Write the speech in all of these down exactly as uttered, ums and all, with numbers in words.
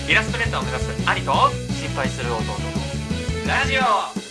イラストレーターを目指す兄と心配する弟のラジオ。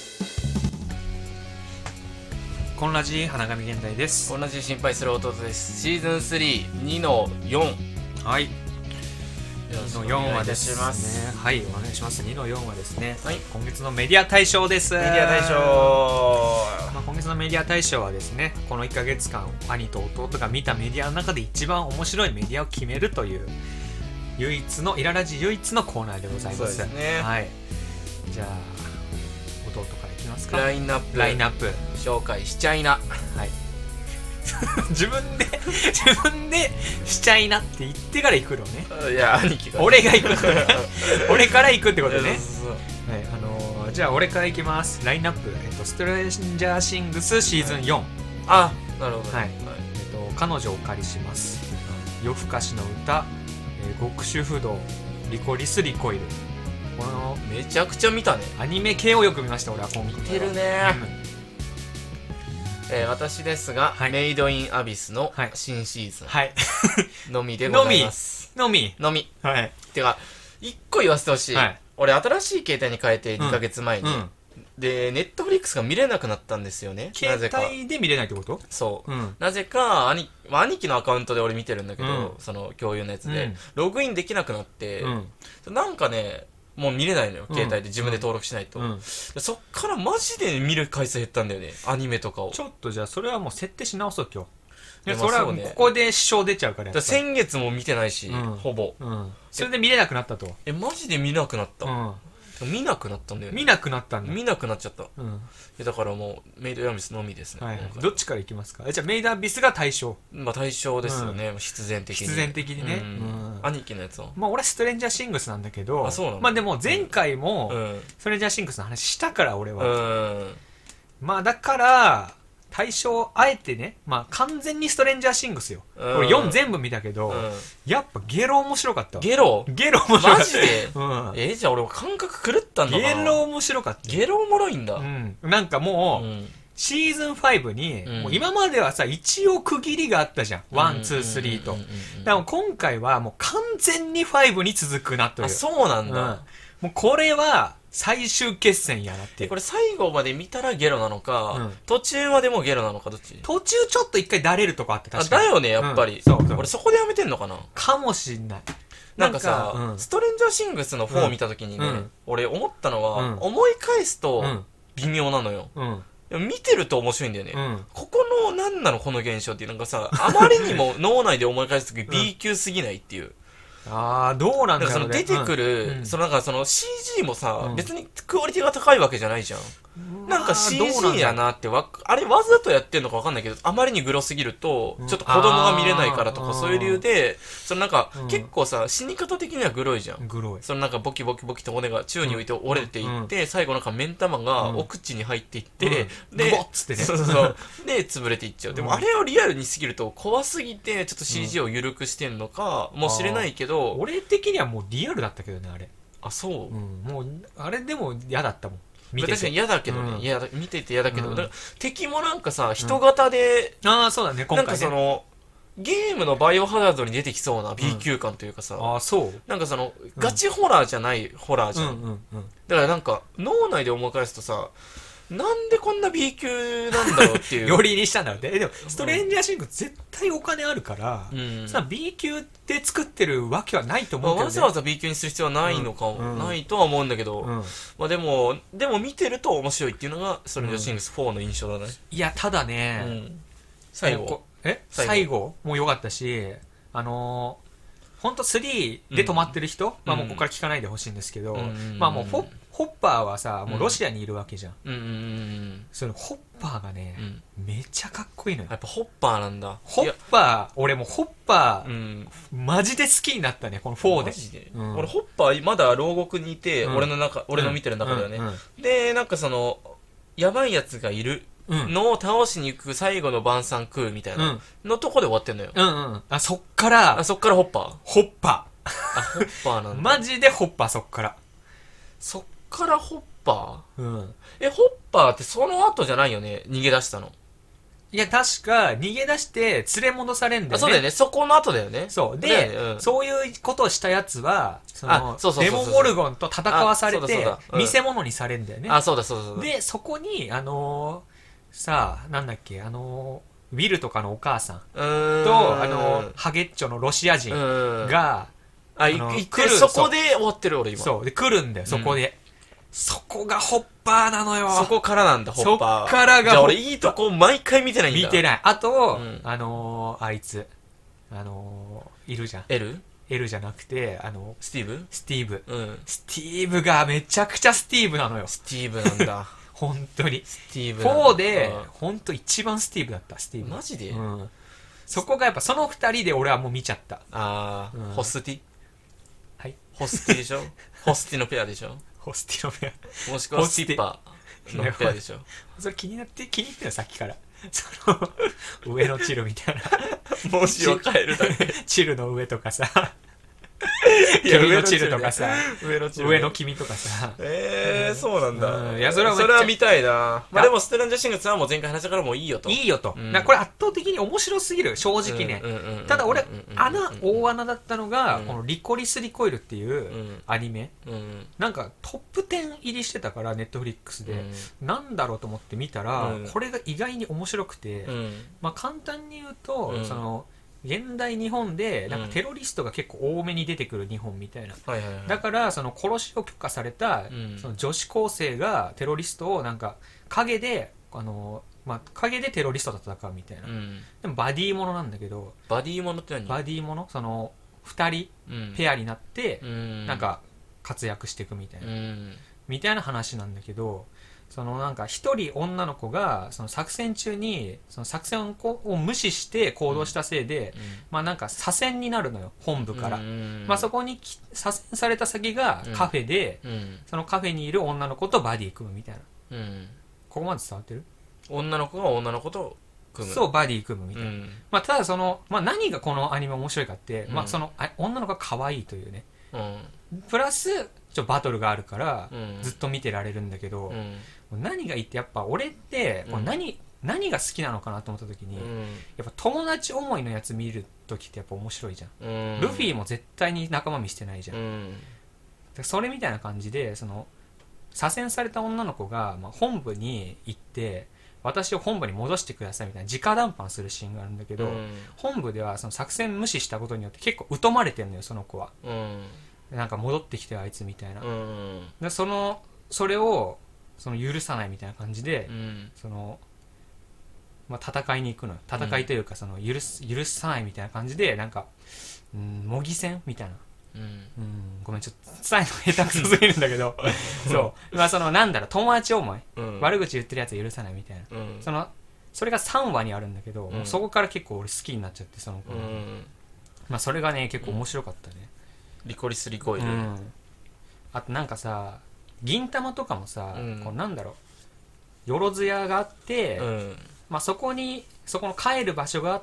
こんラジ花神現代です。 同じ心配する弟です。シーズンスリーにのよん。 はい、にのよんはでお願いすしますね。はい、お願いします。にのよんはですね、 はい、 今月のメディア大賞です。 メディア大賞。 まあ、今月のメディア大賞はですね、このいっかげつかん兄と弟が見たメディアの中で一番面白いメディアを決めるという唯一のイララジ唯一のコーナーでございます。 そうですね。 はい、じゃあ弟からいきますか。 ラインナップラインナップ紹介しちゃいな。 はい自分で自分でしちゃいなって言ってから行くのね。 いや兄貴が俺が行く俺から行くってことね。 そうそうそう。 はい、あのー、じゃあ俺から行きます。ラインナップ、えっと、ストレンジャーシングスシーズンよん、 あ、なるほど、 はい、えっと、彼女をお借りします、夜更かしの歌、えー、極主不動、リコリスリコイル。このめちゃくちゃ見たね。 アニメ系をよく見ました。俺はこう見てるね、えー、私ですが、 はい、 メイドインアビスのはい新シーズン、 はい、 のみでございます。 のみのみはい。 てか一個言わせてほしい、 はい、 俺新しい携帯に変えてにかげつまえに、 うん、 でネットフリックスが見れなくなったんですよね。なぜか携帯で見れないってこと？ そう、 うん、 なぜか兄、まあ、兄貴のアカウントで俺見てるんだけど、 うん、 その共有のやつで、 うん、 ログインできなくなって、 うん、 なんかねもう見れないのよ、携帯で自分で登録しないと、 うんうん、 そっからマジで見る回数減ったんだよね、アニメとかを。 ちょっとじゃあそれはもう設定し直そう今日。 いやそれはまあそうねここで支障出ちゃうから。 だから先月も見てないし、 うんほぼ、 うん、それで見れなくなったと。 えマジで見なくなった、 うん、 見なくなったんだよね。 見なくなったんだ。 見なくなっちゃった、 うん、 えだからもうメイドインアビスのみですね、 はいはい、どっちからいきますか？えじゃあメイドアビスが対象。 まあ対象ですよね、うん、必然的に必然的にね、 うんうん、兄貴のやつはまあ俺はストレンジャーシングスなんだけど、 あそうなの。 まあでも前回もうん、 ストレンジャーシングスの話したから俺は、 うん、 まあだから対象あえてね、まあ完全にストレンジャーシングスよ、うん、俺よん全部見たけど、うん、やっぱゲロ面白かったわ。 ゲロゲロ面白かった。 マジで、 うん、 えじゃあ俺感覚狂ったんだな。 ゲロ面白かった。 ゲロおもろいんだ、 うん、なんかもう、うん、シーズンファイブに、うん、もう今まではさ一応区切りがあったじゃん、ワンツースリーと。だから今回はもう完全にファイブに続くなという。 あそうなんだ、うん、 もうこれは最終決戦やなっていう。 これ最後まで見たらゲロなのか、うん、途中までもゲロなのかどっち？途中ちょっと一回だれるとこあって確かに。あだよねやっぱり、うん、そうそう。俺そこでやめてんのかな。 かもしんない。 なんかさ、うん、ストレンジャーシングスのフォー見た時にね、うん、俺思ったのは、うん、思い返すと微妙なのよ、うん、見てると面白いんだよね、うん、ここの何なのこの現象っていう、なんかさあまりにも脳内で思い返す時 ビー 級すぎないっていう。 ああどうなんだろうね。 その出てくる、うん、そのなんかその シージー もさ、うん、別にクオリティが高いわけじゃないじゃん。なんか シージー やなってわあれわざとやってんのかわかんないけど、あまりにグロすぎると、うん、ちょっと子供が見れないからとかそういう理由で、そのなんか、うん、結構さ死に方的にはグロいじゃん。 グロい。 そのなんかボキボキボキと骨が宙に浮いて折れていって、うん、最後なんか目ん玉がお口に入っていって、 うん、 でグボッつってね。 そうそうで潰れていっちゃう。でもあれをリアルにすぎると怖すぎてちょっと シージー を緩くしてんのかもしれないけど、 うん、俺的にはもうリアルだったけどねあれ。 あそう、 うん、もうあれでも嫌だったもん。見てて確かに嫌だけどね、うん、いや見てて嫌だけど、うん、だから敵もなんかさ人型で、 うん、ああそうだね今回ね。 なんかそのゲームのバイオハザードに出てきそうな ビー 級感というかさ、うん、 あそうなんかそのガチホラーじゃないホラーじゃん、うんうんうん、だからなんか脳内で思い返すとさなんでこんな ビー 級なんだろうっていうよりにしたんだろうって。でもストレンジャーシング絶対お金あるから、うん、さ ビー 級で作ってるわけはないと思うけど、ね、 わざわざ ビー 級にする必要はないのかも、うん、ないとは思うんだけど、うん、まあでもでも見てると面白いっていうのがストレンジャーシングスフォーの印象だね、うん、 いやただね、うん、 最後え最後、最後も良かったし、あのー、ほんとスリーで止まってる人、うん、まあもうここから聞かないでほしいんですけど、うん、まあもうフォホッパーはさもうロシアにいるわけじゃん、うんうんうん、そのホッパーがね、うん、めちゃかっこいいのよ。 やっぱホッパーなんだ。 ホッパー俺もホッパー、うん、マジで好きになったねこのフォーで。 マジで、うん、俺ホッパーまだ牢獄にいて、うん、俺の中俺の見てる中ではね、うんうんうん、でなんかそのやばいやつがいるのを倒しに行く最後の晩餐食うみたいなのとこで終わってんのよ、 うんうん、あそっからあそっからホッパーホッパーあホッパーなんだマジでホッパーそっからそっからホッパー、 うん、 えホッパーってその後じゃないよね逃げ出したの。 いや、確か、逃げ出して連れ戻されんだよね。 あ、そうだよね。そこの後だよね。 そう。で、 ねうん、 そういうことをしたやつは、その、 そうそうそうそうデモゴルゴンと戦わされて、 そうだそうだうん、 見せ物にされんだよね。 あ、そうだそうだそうだ。 で、そこに、あのー、さあ、なんだっけ、あのー、ウィルとかのお母さんうーんと、あのー、ハゲッチョのロシア人が、 あ、 あ行って、 の来るそこで終わってる俺今。 そう。で、来るんだよ、そこで。そこがホッパーなのよ。 そこからなんだ、ホッパー。 そっからがじゃあ俺いいとこ毎回見てないんだ。 見てない。あと、 うん、 あのー、あいつ、あのー、いるじゃん。 L？ L じゃなくて、あの、 スティーブ？ スティーブ。 うん。 スティーブがめちゃくちゃスティーブなのよ。 スティーブなんだ。 本当に。 スティーブなんだ。 フォーで、本当一番スティーブだった、スティーブ。 マジで？ うん。そこがやっぱその二人で俺はもう見ちゃった。 あー、 うん、 ホスティ？ はい。 ホスティでしょ？ホスティのペアでしょ？ ホスティのペア。もしくはスティッパーのペアでしょ？ それ気になって、気に入ってんのさっきから。その、上のチルみたいな。 文字を変えるだけ。 チルの上とかさ。 いや君のチルとかさ、 上のチル、 上の君とかさ。 えー、そうなんだ。 うん、いや、それはそれは見たいな。まあでも、ステランジャーシングスはもう前回話したからもういいよと。 いいよと。 うん、 なこれ圧倒的に面白すぎる、正直ね。ただ俺、穴、大穴だったのが、このリコリス・リコイルっていうアニメ。 うん、 なんかトップテン入りしてたから、ネットフリックスで。うん、なんだろうと思って見たら、うん、これが意外に面白くて、うん、まあ簡単に言うと、うん、その、現代日本でなんかテロリストが結構多めに出てくる日本みたいな、 はいはいはい、 だからその殺しを許可されたその女子高生がテロリストをなんか陰であの、まあ、陰でテロリストと戦うみたいな、うん、でもバディものなんだけど、 バディものって何？ バディものそのふたりペアになってなんか活躍していくみたいな、うん、みたいな話なんだけど、そのなんか一人女の子がその作戦中にその作戦を無視して行動したせいで、うん、まあなんか左遷になるのよ、本部から、うん、まあそこに左遷された先がカフェで、うん、そのカフェにいる女の子とバディ組むみたいな、うん、ここまで伝わってる？ 女の子が女の子と組む、 そうバディ組むみたいな、まあただその、まあ、何がこのアニメ面白いかって、まあその女の子が可愛いというね、プラスちょバトルがあるから、ずっと見てられるんだけど、何がいいってやっぱ俺ってこう 何,、うん、何が好きなのかなと思った時に、うん、やっぱ友達思いのやつ見る時ってやっぱ面白いじゃん、うん、ルフィも絶対に仲間見してないじゃん、うん、それみたいな感じでその左遷された女の子が、まあ、本部に行って私を本部に戻してくださいみたいな直談判するシーンがあるんだけど、うん、本部ではその作戦無視したことによって結構疎まれてんのよその子は、うん、なんか戻ってきてあいつみたいな、うん、でそのそれをその許さないみたいな感じで、うん、そのまあ、戦いに行くのよ、戦いというかその許す、許さないみたいな感じでなんか、うん、模擬戦みたいな、うんうん、ごめんちょっと伝えるの下手くそすぎるんだけどそう、まあ、そのなんだろう友達思い、うん、悪口言ってるやつは許さないみたいな、うん、そのそれがさんわにあるんだけど、うん、もうそこから結構俺好きになっちゃってその子、うん、まあ、それがね結構面白かったね、 リコリスリコイル、うん、 あとなんかさ銀玉とかもさ、うん、こうなんだろうよろずやがあって、うん、まあ、そこにそこの帰る場所があって、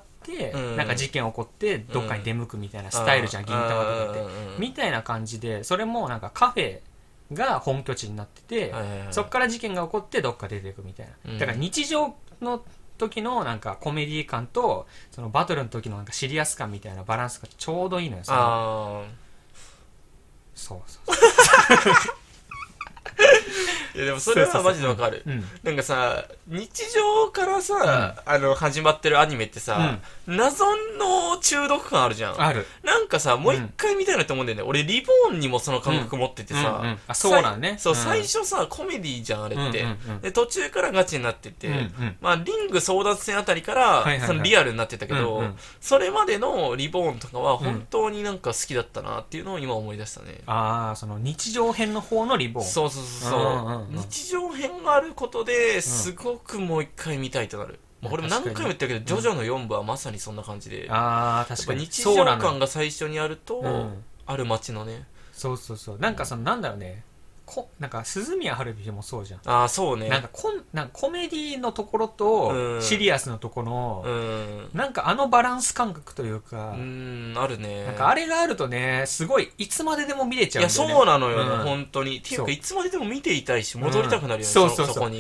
うん、なんか事件起こってどっかに出向くみたいなスタイルじゃん、うん、銀玉とかって、うん、みたいな感じでそれもなんかカフェが本拠地になってて、うん、そこから事件が起こってどっか出ていくみたいな、うん、だから日常の時のなんかコメディ感とそのバトルの時のなんかシリアス感みたいなバランスがちょうどいいのよ。そのそうそうそういやでもそれはマジでわかる、うん、なんかさ日常からさ、うん、あの始まってるアニメってさ、うん、謎の中毒感あるじゃん。 ある。 なんかさもう一回見たいなと思うんだよね、うん、俺リボーンにもその感覚持っててさ、うんうんうん、 あそうなんね。 そう、最初さコメディじゃんあれって、うんうんうん、で途中からガチになってて、うんうん、まあリング争奪戦あたりから、はいはいはい、そのリアルになってたけど、うんうん、それまでのリボーンとかは本当になんか好きだったなっていうのを今思い出したね、 うん、ああその日常編の方のリボーン。 そうそうそうそう、うんうんうん、日常編があることですごくもう一回見たいとなる、うん、これも何回も言ったけど、ジョジョのよんぶはまさにそんな感じで、 あ確かに日常感が最初にあると、うん、ある街のね、 そうそうそう、なんかそのなんだろうね、こなんか鈴宮春日もそうじゃん。 ああそうね。 なんかコなんかコメディのところとシリアスのところの、うん、なんかあのバランス感覚というか、 うん、あるね。 なんかあれがあるとね、すごいいつまででも見れちゃうんだよね。 いやそうなのよ、ね、うん、本当に。っていうかいつまででも見ていたいし戻りたくなるよね、うん、そうそうそう、そこに。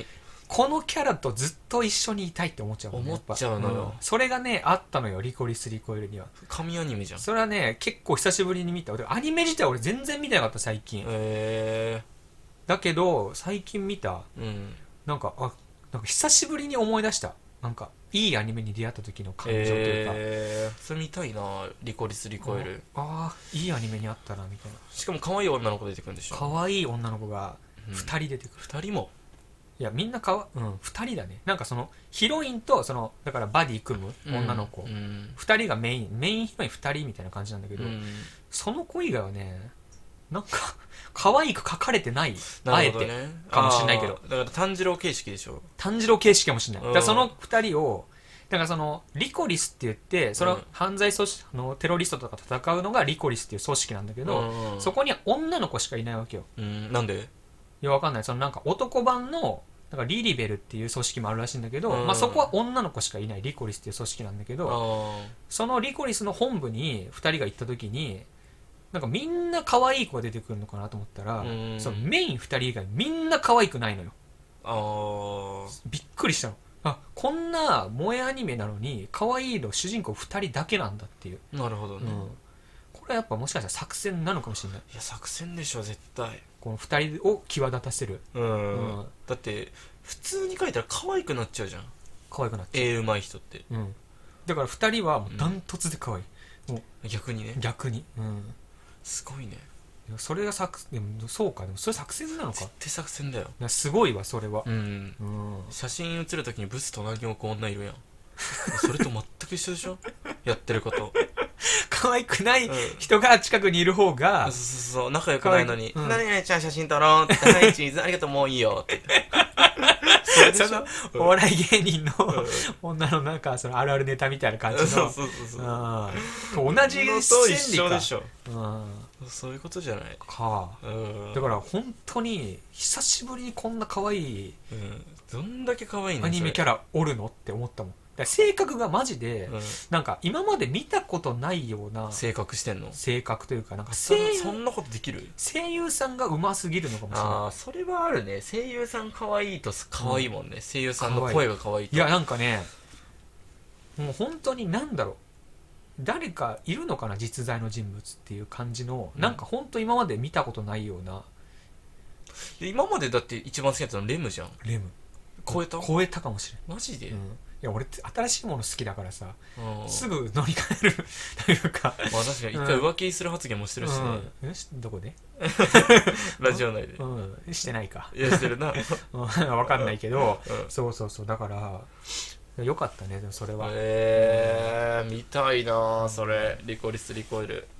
このキャラとずっと一緒にいたいって思っちゃうもんね。 思っちゃうのよ、 うん、それがねあったのよ、リコリスリコイルには。 神アニメじゃん。 それはね結構久しぶりに見た。アニメ自体俺全然見てなかった最近。へえー、だけど最近見た、 うん、 なんかあなんか久しぶりに思い出した。なんかいいアニメに出会った時の感情というか、 えー、それ見たいな、リコリスリコイル。 ああいいアニメにあったなみたいな。 しかも可愛い女の子出てくるんでしょ。 可愛い女の子がふたり出てくる、 うん、ふたりも。 いやみんなかわ、うん、ふたりだね。なんかそのヒロインとそのだからバディ組む女の子、うんうん、ふたりがメインメインヒロインふたりみたいな感じなんだけど、うん、その子以外はねなんか可愛く描かれてない、あえてかもしれないけど。 だから炭治郎形式でしょ。 炭治郎形式かもしれない。だからそのふたりをだからそのリコリスって言ってその犯罪組織、うん、のテロリストとか戦うのがリコリスっていう組織なんだけど、うん、そこには女の子しかいないわけよ。 うん、なんで？ いやわかんない。そのなんか男版のなんかリリベルっていう組織もあるらしいんだけど、うん、まあ、そこは女の子しかいないリコリスっていう組織なんだけど、そのリコリスの本部にふたりが行った時になんかみんな可愛い子が出てくるのかなと思ったら、うん、そのメインふたり以外みんな可愛くないのよ。あびっくりしたの。あこんな萌えアニメなのに可愛いの主人公ふたりだけなんだっていう。 なるほどね、うん、 これはやっぱもしかしたら作戦なのかもしれない。 いや作戦でしょ絶対。 このふたりを際立たせる、 うん、うん、だって普通に描いたら可愛くなっちゃうじゃん。 可愛くなっちゃう。 絵うまい人って、 うん、だからふたりはもうダントツで可愛い、うん、もう逆にね。 逆に、うん、 すごいね。 それが作でもそうか。でもそれ作戦なのか。 絶対作戦だよ。 すごいわそれは、 うんうん、写真写るときにブス隣に置く女いるやんそれと全く一緒でしょやってること可愛くない人が近くにいる方が、 うん、そうそうそう仲良くないのに、うん、何々ちゃん写真撮ろうってはいチーズありがとうもういいよってそのお笑い芸人の女のなんかそのあるあるネタみたいな感じのそうそうそうそう同じ心理か一緒でしょ、うん、そういうことじゃないか、うん、だから本当に久しぶりにこんな可愛い、 うん、どんだけ可愛いねアニメキャラおるのって思ったもん。性格がマジで、うん、なんか今まで見たことないような性格してんの。 性格というかなんか声優そんなことできる。 声優さんがうますぎるのかもしれない。 ああそれはあるね。声優さん可愛いと可愛いもんね、うん、声優さんの声が可愛いと。 いやなんかねもう本当になんだろう誰かいるのかな実在の人物っていう感じの、うん、なんか本当今まで見たことないような。 今までだって一番好きだったのレムじゃん。 レム超えた超えたかもしれない。マジで、 うん、いや俺って新しいもの好きだからさ、うん、すぐ乗り換えるというか。 まあ確かに一回浮気する発言もしてるしね、 うん、どこでラジオ内で、 うん、してないか。 いやしてるな分かんないけど、うん、そうそうそうだからよかったね。でもそれはえー、見たいなそれ。リコリスリコイル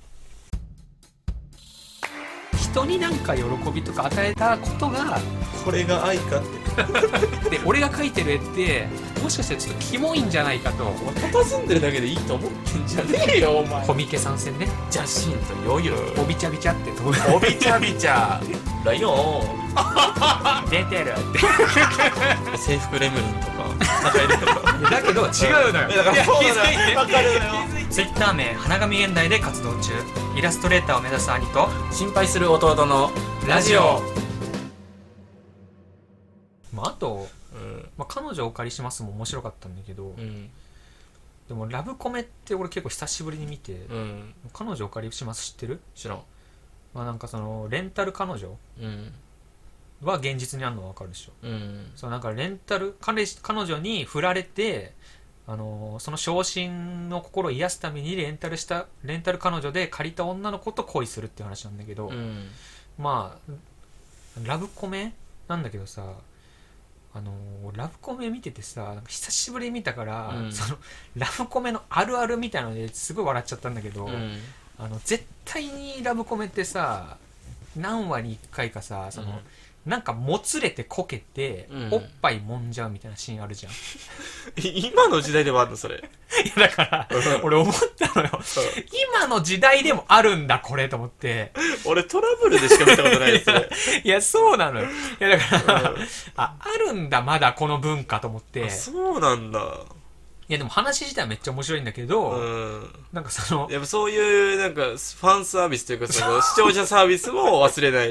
人になんか喜びとか与えたことがこれが愛かってで俺が描いてる絵ってもしかしたらちょっとキモいんじゃないかと。 佇んでるだけでいいと思ってんじゃねえよお前。 コミケ参戦ね。 ジャシンと余裕おびちゃびちゃっておびちゃびちゃライオン出てるって制服レムリンとかなんかいるのだけど違うのよ。 だからそうなのよ。わかるのよ。 ツイッター名花神現代で活動中。イラストレーターを目指す兄と心配する弟のラジオ。 まあ、あと、うんまあ、彼女をお借りしますも面白かったんだけど、うん、でもラブコメって俺結構久しぶりに見て、うん、彼女お借りします知ってる？ 知らん。 まあなんかそのレンタル彼女は現実にあるのは分かるでしょ、うん、そうなんかレンタル 彼, 彼女に振られてあのー、その傷心の心を癒すためにレンタルしたレンタル彼女で借りた女の子と恋するっていう話なんだけど、うん、まあラブコメなんだけどさあのー、ラブコメ見ててさなんか久しぶりに見たから、うん、そのラブコメのあるあるみたいなのですごい笑っちゃったんだけど、うん、あの絶対にラブコメってさ何話にいっかいかさその、うんなんかもつれてこけて、うん、おっぱい揉んじゃうみたいなシーンあるじゃん今の時代でもあるのそれ。いやだから俺思ったのよ今の時代でもあるんだこれと思って。 俺トラブルでしか見たことないですねいやそうなのよ。いやだから、うん、ああるんだまだこの文化と思って。 そうなんだ。 いやでも話自体はめっちゃ面白いんだけど、うん、なんかそのやっぱそういうなんかファンサービスというかその視聴者サービスも忘れない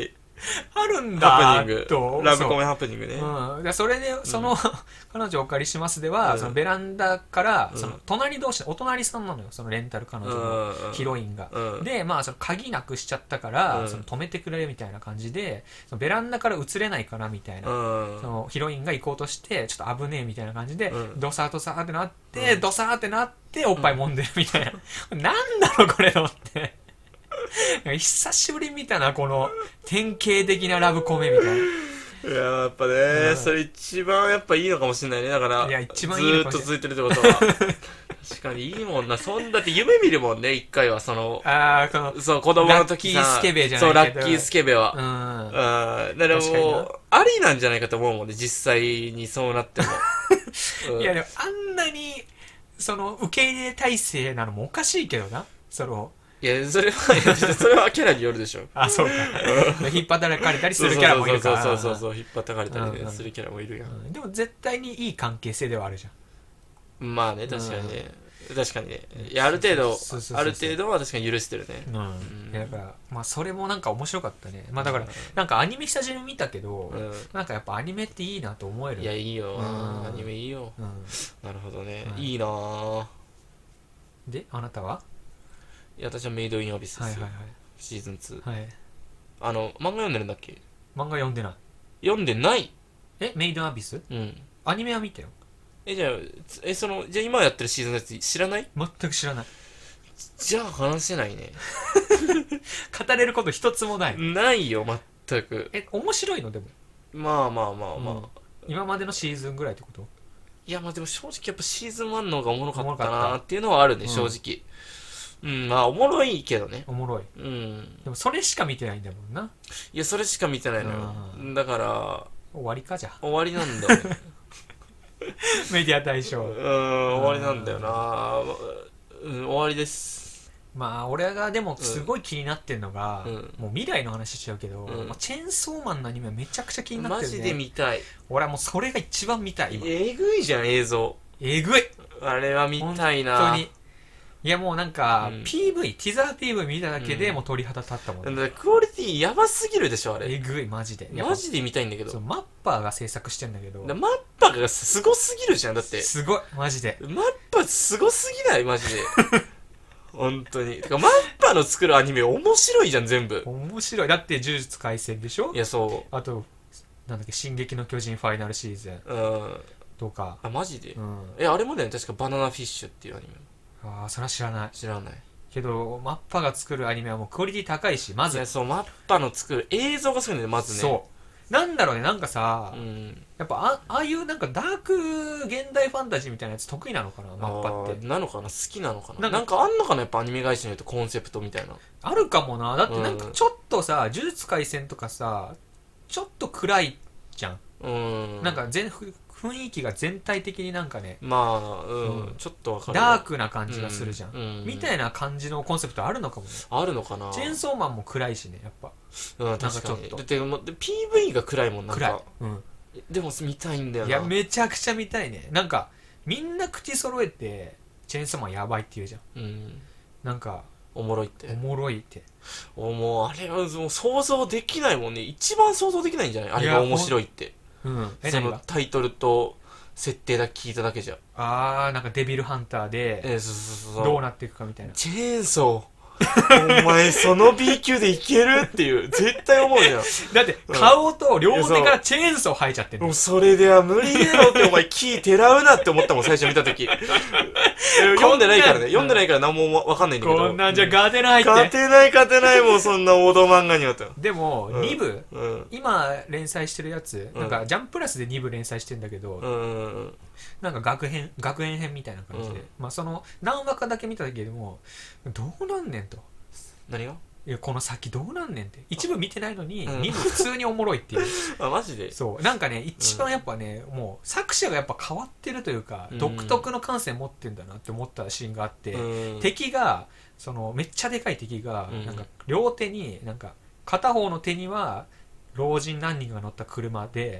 あるんだハプニングとラブコメハプニングね。 うん、でそれでその、うん、彼女をお借りしますでは、うん、そのベランダから、うん、その隣同士お隣さんなのよ、そのレンタル彼女のヒロインが、うん、でまあその鍵なくしちゃったから、うん、その止めてくれみたいな感じで、そのベランダから移れないかなみたいな、うん、そのヒロインが行こうとしてちょっと危ねえみたいな感じで、うん、ドサードサーってなって、うん、ドサーってなっておっぱい揉んでるみたいな、うん、なんだろうこれのって久しぶりに見たなこの典型的なラブコメみたいな。 いややっぱね、うん、それ一番やっぱいいのかもしれないね。だからいや一番いいのかもしれない、 ずーっと続いてるってことは確かにいいもんな。そんだって夢見るもんね、一回はそのあこのそう子供の時さ、 ラッキースケベじゃないけど、 そうラッキースケベは、 うん、 うん、だからもうありなんじゃないかと思うもんね、実際にそうなっても、 うん、いやでもあんなにその受け入れ体制なのもおかしいけどな、そのいやそれはそれはキャラによるでしょ。 あそうか引っ張たかれたりするキャラもいるから、 そうそうそうそうそう、引っ張たかれたり、ね、うんうん、するキャラもいるやん、 うん、でも絶対にいい関係性ではあるじゃん。まあね確かにね、うん、確かにね、いやある程度ある程度は確かに許してるね、 うんうん、だからまあそれもなんか面白かったね。まあだからなんかアニメ久しぶりに見たけど、うん、なんかやっぱアニメっていいなと思える。 いやいいよ、うん、アニメいいよ、うん、なるほどね、うん、いいなぁ。 であなたは？ いや私はメイドインアビスですよ、はいはいはい、シーズンツー、はい、あの漫画読んでるんだっけ？ 漫画読んでない。 読んでない？ えメイドインアビス？うん、アニメは見たよ。 えじゃあえそのじゃあ今やってるシーズンのやつ知らない？ 全く知らない。 じゃあ話せないね語れること一つもない。 ないよ全く。 え面白いの？でもまあまあまあまあ、うん、 今までのシーズンぐらいってこと？ いやまあでも正直やっぱシーズンワンの方がおもろかったなっていうのはあるね、正直。うん、まあおもろいけどね。 おもろい。うん。でもそれしか見てないんだもんな。 いやそれしか見てないのよ。だから終わりかじゃ。 終わりなんだよね。 メディア大賞。 うん終わりなんだよな。うん終わりです。 まあ俺がでもすごい気になってんのが、うん、もう未来の話しちゃうけど、うんまあ、チェーンソーマンのアニメはめちゃくちゃ気になってるね。 マジで見たい。 俺はもうそれが一番見たい今。 えぐいじゃん映像。 えぐい。 あれは見たいな。 本当に。いやもうなんか、うん、ピーブイ ティザー ピーブイ 見ただけでもう鳥肌立ったもん、ね、 うん、クオリティやばすぎるでしょあれ。 えぐいマジで。 マジで見たいんだけど。 そうマッパーが制作してんだけど。 マッパーがすごすぎるじゃんだって。 すごいマジで。 マッパーすごすぎないマジで。本当に。てかマッパーの作るアニメ面白いじゃん全部。 面白い。だって呪術廻戦でしょ。 いやそう。 あとなんだっけ進撃の巨人ファイナルシーズン。うん。とか。 あマジで。うん。えあれもだよね確かバナナフィッシュっていうアニメ。 ああそれは知らない。 知らないけどマッパが作るアニメはもうクオリティ高いし、まずいやそうマッパの作る映像がすごいんだよまずね。 そうなんだろうねなんかさ、うん、やっぱ あ, ああいうなんかダーク現代ファンタジーみたいなやつ得意なのかなマッパって。 なのかな好きなのかな。なんかなんかあんのかなやっぱアニメ会社によってコンセプトみたいなあるかもな。だってなんかちょっとさ、うん、呪術廻戦とかさちょっと暗いじゃん。うんなんか全雰囲気が全体的になんかねまあ、うん、うん、ちょっとわかるダークな感じがするじゃん、うんうん、みたいな感じのコンセプトあるのかもね。 あるのかな。 チェーンソーマンも暗いしねやっぱ。 うん確かに。だって ピーブイ が暗いもんなんか暗い、うん、でも見たいんだよな。 いやめちゃくちゃ見たいね。なんかみんな口揃えてチェーンソーマンやばいって言うじゃん、うん、なんかおもろいっておもろいっておもうあれはもう想像できないもんね。一番想像できないんじゃないあれが面白いって。うん、そのタイトルと設定だけ聞いただけじゃ。 あーなんかデビルハンターで、えー、そうそうそうどうなっていくかみたいな。 チェーンソーお前その B 級でいけるっていう絶対思うじゃん。 だって顔と両手からチェーンソー生えちゃってんの。 もうそれでは無理だろってお前キーてらうなって思ったもん最初見た時。読んでないからね読んでないから何も分かんないんだけど。 こんなんじゃ勝てないって。 勝てない勝てないもうそんな王道漫画にはと。 でも、うん、に部、うん、今連載してるやつ、うん、なんかジャンプラスでに部連載してんだけど、うん、なんか学編学園編みたいな感じで、うん、まあその何話かだけ見ただけでもどうなんねんと。 何がいやこの先どうなんねんって一部見てないのに、うん、に部普通におもろいっていうあマジで。 そうなんかね一番やっぱね、うん、もう作者がやっぱ変わってるというか、うん、独特の感性持ってんだなって思ったシーンがあって、うん、敵がそのめっちゃでかい敵が、うん、なんか両手になんか片方の手には老人何人が乗った車で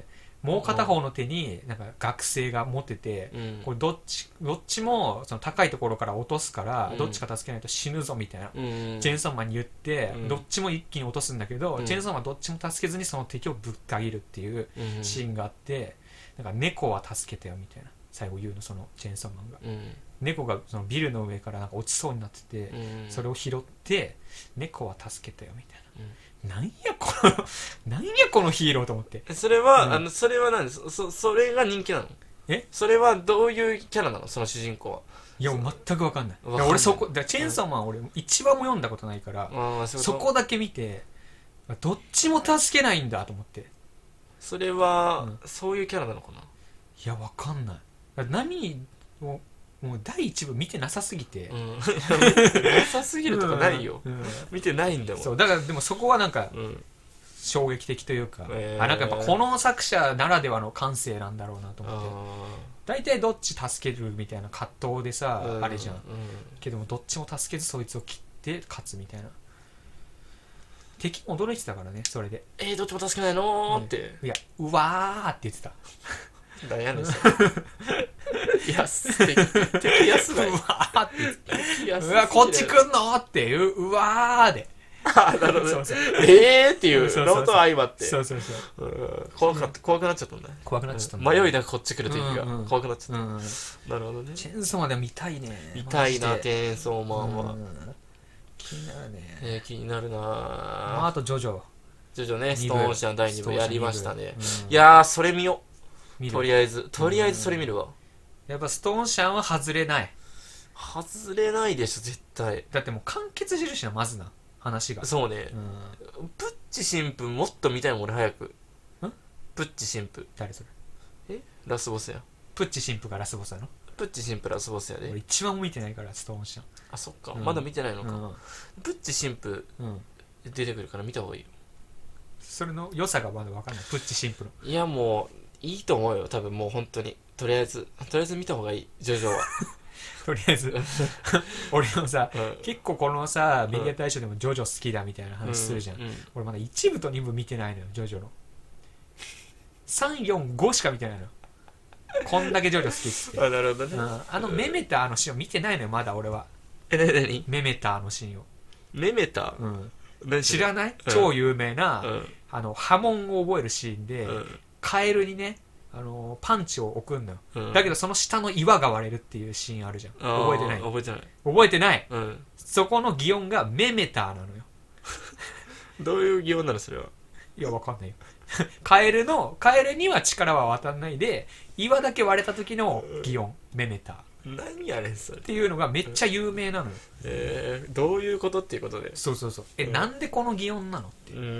もう片方の手になんか学生が持ってて、うん、これどっちどっちもその高いところから落とすから、うん、どっちか助けないと死ぬぞみたいな、うん、チェーンソーマンに言って、うん、どっちも一気に落とすんだけど、うん、チェーンソーマンはどっちも助けずにその敵をぶった切るっていうシーンがあって、なんか猫は助けてよみたいな最後言うの、そのチェーンソーマンが、うん、猫がそのビルの上からなんか落ちそうになってて、うん、それを拾って猫は助けてよみたいな、うんなんやこのなんやこのヒーローと思って。 それは、うん、あのそれは何ですそそれが人気なの？えそれはどういうキャラなのその主人公は？ いや全く分かんない。いや俺そこだチェーンソーマンは俺一番も読んだことないから、うん、そこだけ見てどっちも助けないんだと思って。 それは、うん、そういうキャラなのかな？ いや分かんない。何をもうだいいち部見てなさすぎて、うん、 なさすぎるとかないよ、うんうん、見てないんだもん。 そうだからでもそこはなんか、うん、衝撃的というか、えー、あなんかやっぱこの作者ならではの感性なんだろうなと思って。大体どっち助けるみたいな葛藤でさ、うん、あれじゃん、うん、けどもどっちも助けずそいつを切って勝つみたいな。敵も驚いてたからねそれで。 えー、どっちも助けないのー、うん、っていやうわーって言ってた。 何やねんそれ安敵敵安だよ。うわーって言ってうわこっち来んのっていううわーであなるほど、ね、そうそうえーっていうのと相まってそうそうそう、うん、 怖かった怖くなっちゃったんだね。 怖くなっちゃったんだ、うん、迷いなくこっち来る敵が、うんうん、怖くなっちゃった、うんうん、なるほどね。 チェーンソーマンでも見たいね。 見たいなチェーンソーマンは、うん、 気になるね、 えー、気になるなあ。あとジョジョジョジョねストーンオーシャンだいに部やりましたね、うん、いやーそれ見よとりあえずとりあえずそれ見るわ、うん、 やっぱストーンシャンは外れない。 外れないでしょ絶対。 だってもう完結してるしなまずな話が。 そうね、うん、プッチ神父もっと見たいもん俺早く。んプッチ神父誰それ？ えラスボスや。 プッチ神父がラスボスやの？ プッチ神父ラスボスやで。 俺一番も見てないからストーンシャン。 あそっか、うん、まだ見てないのか、うん、プッチ神父、うん、出てくるから見た方がいいよ。 それの良さがまだ分かんない。プッチ神父のいやもういいと思うよ多分もう本当にとりあえずとりあえず見た方がいいジョジョはとりあえず俺もさ、うん、結構このさメディア大賞でもジョジョ好きだみたいな話するじゃん、うんうん、俺まだいち部とに部見てないのよジョジョのさん、よん、ごしか見てないのよこんだけジョジョ好きっつってあなるほどね、うん、 あのメメターのシーンを見てないのよまだ俺は。 えなになにメメターのシーンをメメター、 うん、知らない、うん、超有名な、うん、あの波紋を覚えるシーンで、うん、カエルにねあのパンチを置くんだよ、うん、だけどその下の岩が割れるっていうシーンあるじゃん。覚えてない覚えてない覚えてない、うん、そこの擬音がメメターなのよどういう擬音なのそれは。 いやわかんないよカエルのカエルには力は渡んないで岩だけ割れた時の擬音、うん、メメター何やねんそれっていうのがめっちゃ有名なのよ。 えー、どういうことっていうことで。 そうそうそうえ、うん、なんでこの擬音なのっていう、うん、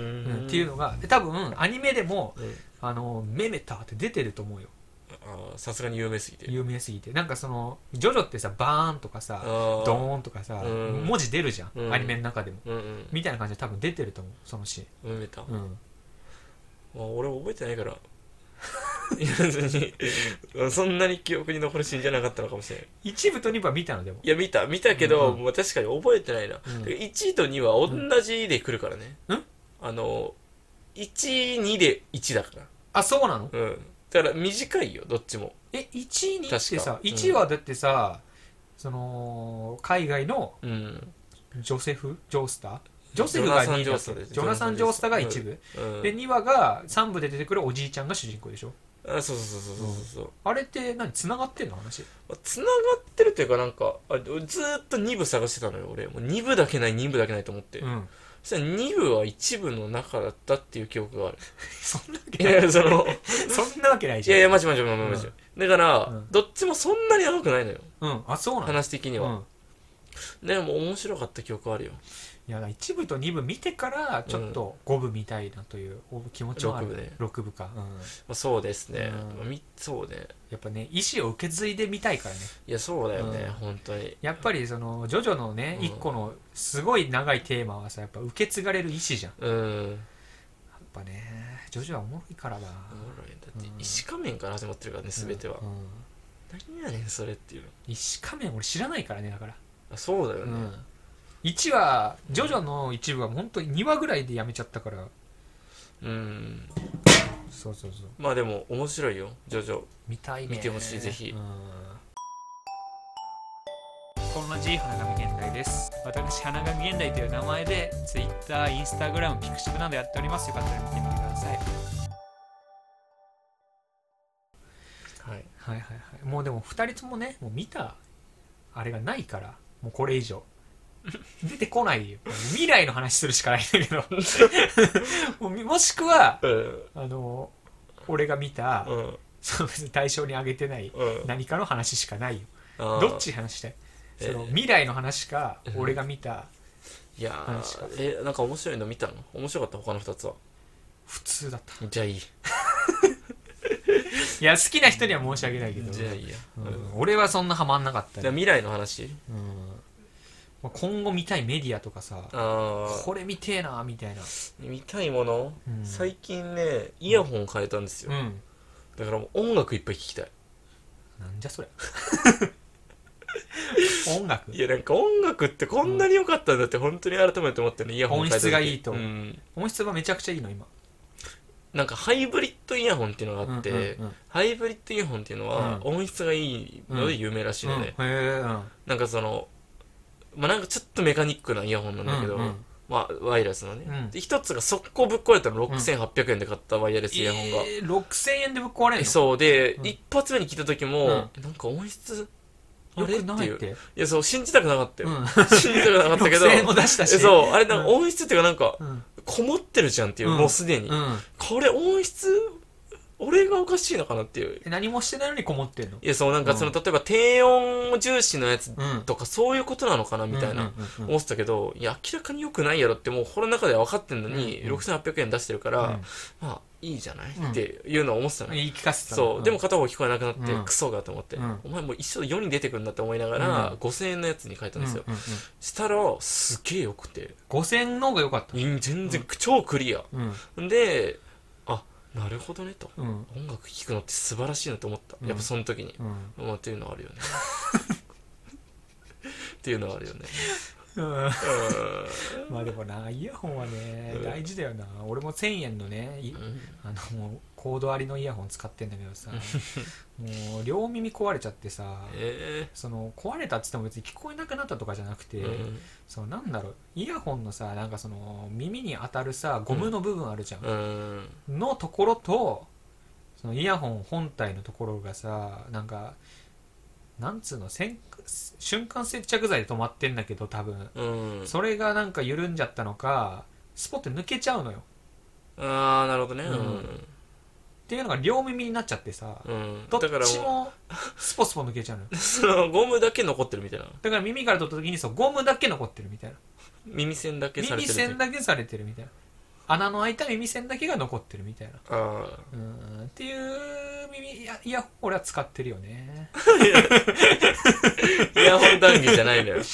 っていうのが多分アニメでも、うん、あのメメターって出てると思うよ。 あさすがに有名すぎて有名すぎてなんかそのジョジョってさバーンとかさドーンとかさ、うん、文字出るじゃん、うん、アニメの中でも、うんうん、みたいな感じで多分出てると思うそのシーン。 メメター、うん、あ俺覚えてないから別にそんなに記憶に残るシーンじゃなかったのかもしれない。 いち部とに部は見たのでも。 いや見た見たけど、うん、もう確かに覚えてないな、うん、いちいとには同じで来るからね、うん、あのいち、にでいちだから。 あそうなの。 うんだから短いよどっちも。 えいち、にってさいちはだってさ、うん、その海外のジョセフ・ジョースタージョセフがにだっけ。ジョナサン・ジョースターがいち部、うんうん、でにわがさん部で出てくるおじいちゃんが主人公でしょ。 あそうそうそうそうそう、うん、 あれって何繋がってんの話。 繋がってるっていうかなんかあずーっとに部探してたのよ俺。もうに部だけないに部だけないと思って、うん、そしたらに部はいち部の中だったっていう記憶があるそんなわけない。いやそのそんなわけないじゃん。 いやいやマジマジマジマジ、うん、だから、うん、どっちもそんなに長くないのよ。 うんあそうなの話的には、うん、でも面白かった記憶あるよ。 いやいち部とに部見てからちょっとご部見たいなという気持ちはある、うん、ろく部ね。ろく部か、うんまあ、そうですね、うん、そうねやっぱね意思を受け継いでみたいからね。 いやそうだよね、うん、本当にやっぱりそのジョジョのね、うん、いっこのすごい長いテーマはさやっぱ受け継がれる意思じゃん、うん、やっぱねジョジョはおもろいからだ。おもろいだって、うん、石仮面から始まってるからね全ては、うんうん、何やねんそれっていうの。 石仮面俺知らないからねだから。 あそうだよね、うんいちわジョジョの一部は本当ににわぐらいでやめちゃったから。うんそうそうそう。 まあでも面白いよジョジョ。 見たいね。 見てほしいぜひ。 うん。こんな G 花神現代です。私花神現代という名前で Twitter、Instagram、ピクシブなどやっております。よかったら見てみてください。 はい、 はいはいはい。もうでもふたりともね、もう見たあれがないから、もうこれ以上出てこないよ。未来の話するしかないんだけども, もしくは、うん、あの俺が見た、うん、その別に対象に挙げてない何かの話しかないよ、うん、どっち話したい、その未来の話か、えー、俺が見た話か。 いやー、えなんか面白いの見たの？面白かった？他のふたつは普通だった。 じゃあいいいや好きな人には申し訳ないけど、 じゃあいいや、 うん、俺はそんなハマんなかった、ね、 じゃあ未来の話、うん、 今後見たいメディアとかさ、あこれ見てえなみたいな。 見たいもの、うん、最近ねイヤホン変えたんですよ、うん、だからもう音楽いっぱい聴きたい。 なんじゃそれ音楽いやなんか音楽ってこんなに良かったんだって本当に改めて思ったね、イヤホン変えた時。 音質がいいと、うん、音質はめちゃくちゃいいの今。 なんかハイブリッドイヤホンっていうのがあって、うんうんうん、ハイブリッドイヤホンっていうのは音質がいいので有名らしいので、うんうん、なんかそのまあなんかちょっとメカニックなイヤホンなんだけど、うんうん、まあワイヤレスのね、うん、で一つが速攻ぶっ壊れたのろくせんはっぴゃくえんで買ったワイヤレスイヤホンが、 えー、ろくせんえんでぶっ壊れるの？ そうで、うん、一発目に聞いた時も、うん、なんか音質あれよくないって。 いやそう信じたくなかったよ、うん、信じたくなかったけどろくせんえんも出したし、 そうあれなんか音質っていうかなんか、うん、こもってるじゃんっていう、うん、もうすでに、うん、これ音質俺がおかしいのかなっていう。 何もしてないのにこもってんの？ いやそうなんかその、うん、例えば低音重視のやつとか、うん、そういうことなのかなみたいな思ってたけど、いや明らかに良くないやろってもう心の中では分かってんのに、うん、ろくせんはっぴゃくえん出してるから、うん、まあいいじゃない、うん、っていうのを思ってたの。 言い聞かせた。 そう、うん、でも片方聞こえなくなって、うん、クソがと思って、うん、お前もう一生世に出てくるんだって思いながら、うん、ごせんえんのやつに変えたんですよ、うんうんうん、したらすげえ良くてごせんえんの方が良かった。 全然、うん、超クリア、うん、でなるほどねと、うん、音楽聴くのって素晴らしいなと思った、うん、やっぱその時に、うんまあ、っていうのはあるよねっていうのはあるよねうん、まあでもなイヤホンはね、うん、大事だよな。俺もせんえんのね、うん、あのもうコードありのイヤホン使ってんだけどさもう両耳壊れちゃってさ、えー、その壊れたっつっても別に聞こえなくなったとかじゃなくて、うん、そのなんだろうイヤホンのさなんかその耳に当たるさゴムの部分あるじゃん、うん、のところとそのイヤホン本体のところがさなんかなんつうの瞬間接着剤で止まってんだけど多分、うん、それがなんか緩んじゃったのかスポッて抜けちゃうのよ。 ああなるほどね、うんうん、っていうのが両耳になっちゃってさ、うん、どっちもスポスポ抜けちゃうのよそのゴムだけ残ってるみたいな。 だから耳から取った時にそうゴムだけ残ってるみたいな。 耳栓だけされてる耳栓だけされてるみたいな。穴の開いた耳栓だけが残ってるみたいな。あうんっていう耳いやいや俺は使ってるよねイヤホン談義じゃないのよ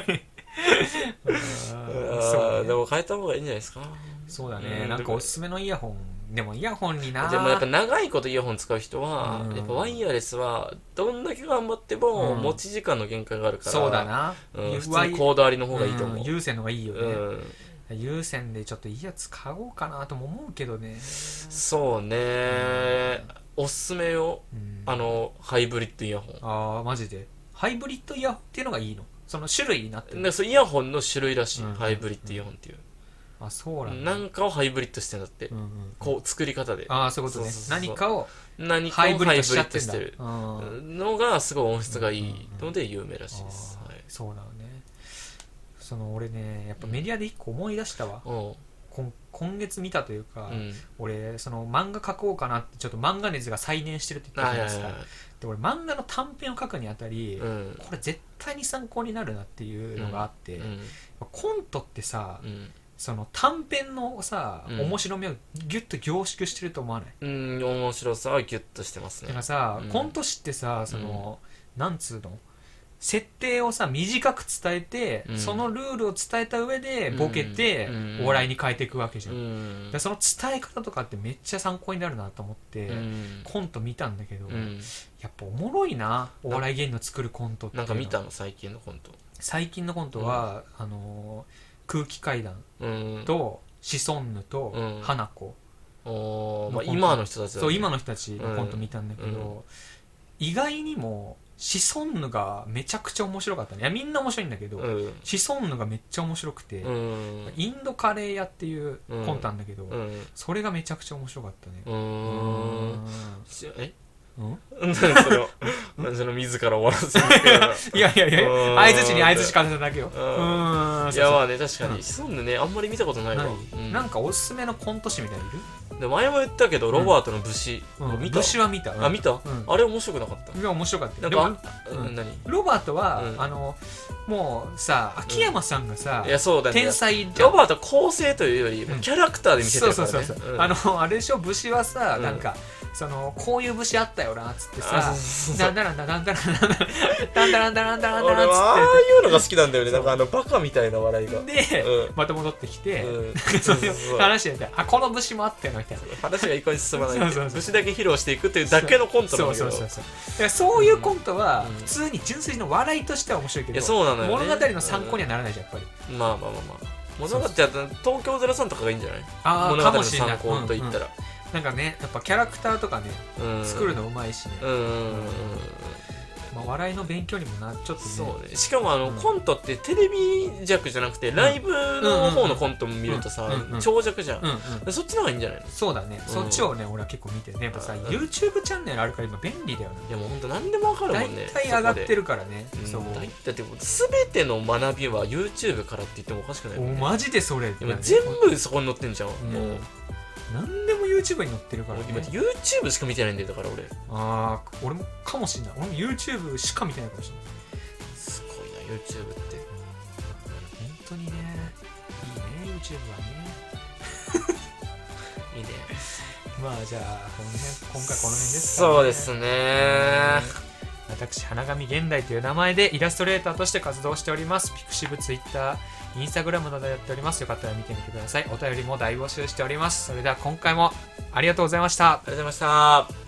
ああ、ね、でも変えた方がいいんじゃないですか。 そうだね、うん、なんかおすすめのイヤホンでもイヤホンにな。 でもやっぱ長いことイヤホン使う人は、うん、やっぱワイヤレスはどんだけ頑張っても持ち時間の限界があるから、 そうだな、 うん、普通にコードありの方がいいと思う、 うん、有線の方がいいよね、うん有線でちょっといいやつ買おうかなとも思うけどね。 そうね、うん、おすすめよ、うん、あのハイブリッドイヤホン。 ああマジでハイブリッドイヤホンっていうのがいいの？その種類になってるの？ イヤホンの種類らしい、うん、ハイブリッドイヤホンっていう、 うん、あそうなんだ。 なんかをハイブリッドしてんだって、うんうん、こう作り方で。 ああそういうことね。そうそうそう何かを何かをハイブリッドしてるのがすごい音質がいいので有名らしいです、 はい、そうなのね。その俺ねやっぱメディアで一個思い出したわ、うん、今, 今月見たというか、うん、俺その漫画描こうかなってちょっと漫画熱が再燃してるって言ったじゃないですか。で俺漫画の短編を描くにあたり、うん、これ絶対に参考になるなっていうのがあって、うん、コントってさ、うん、その短編のさ、うん、面白みをギュッと凝縮してると思わない？ うん面白さはギュッとしてますね。 だからさ、コント師ってさその、なんつうの設定をさ短く伝えて、うん、そのルールを伝えた上でボケて、うん、お笑いに変えていくわけじゃん、うん、でその伝え方とかってめっちゃ参考になるなと思って、うん、コント見たんだけど、うん、やっぱおもろいなお笑い芸人の作るコントっていうの。 なんか見たの最近のコント？ 最近のコントは、うん、あのー、空気階段と、シソンヌと、花子おー、まあ、今の人たちだ、ね、 そう今の人たちのコント見たんだけど、 うんうん、 意外にもシソンヌがめちゃくちゃ面白かったね。いやみんな面白いんだけど、うん、シソンヌがめっちゃ面白くて、うん、インドカレー屋っていうコントなんだけど、うん、それがめちゃくちゃ面白かったね。うーんえうん何それを何その自ら終わらせるいやいやいや相づちに相づちかけただけよ。うーんいやまあね確かにシソンヌねあんまり見たことないわ。 うん、なんかおすすめのコント師みたいないる？ で前も言ったけどロバートの武士、 うん、見た？武士は見た。 あ見た、うん、あれ面白くなかった？ いや面白かった。 でも、うん、何？ ロバートは、うん、あのもうさ秋山さんがさ、 うん、いやそうだね、 天才じゃん。 ロバートは構成というより、うん、キャラクターで見せてるからね。そうそうそうそう、うん、あのあれでしょ武士はさ、うん、なんかそのこういう武士あったよなっつってさ、だんだらんだらんだらんだらんだらんだらんだらんだらんだらん俺はああいうのが好きなんだよね。なんかあのバカみたいな笑いがで、うん、また戻ってきて、うん、そういう話であこの武士もあったよなみたいな話が一向に進まない武士だけ披露していくっていうだけのコントなんだけど、そうそうそうそうそういうコントは普通に純粋の笑いとしては面白いけど、 いやそうなのよね、 物語の参考にはならないじゃんやっぱり。 まあまあまあまあ物語は東京ゼロさんとかがいいんじゃない？ あ物語の参考と言ったら、 なんかねやっぱキャラクターとかね、うん、作るのうまいしね、うんうんうん、まあ、笑いの勉強にもなちょっとね。 そうね、しかもあの、うん、コントってテレビ弱じゃなくて、うん、ライブの方のコントも見るとさ、うんうん、長尺じゃん、うんうん、そっちの方がいいんじゃないの？そうだね、うん、そっちをね俺は結構見てね。やっぱさ、うん、YouTube チャンネルあるから今便利だよね。 いやもうほんと何でもわかるもんね。 大体上がってるからね。 うん、そうだって全ての学びは YouTube からって言ってもおかしくないもんね。 マジでそれ、ね、 今全部そこに載ってんじゃん、うん、もう何でも YouTube に載ってるからね。 今 YouTube しか見てないんだよだから俺。 ああ俺もかもしんない。俺も YouTube しか見てないかもしれない。 すごいな YouTube って。 本当にねいいね YouTube はねいいね。 まあじゃあこの辺今回この辺ですかね。そうですね。 私花神現代という名前でイラストレーターとして活動しております。ピクシブ、ツイッター、インスタグラムなどでやっております。よかったら見てみてください。お便りも大募集しております。それでは今回もありがとうございました。 ありがとうございました。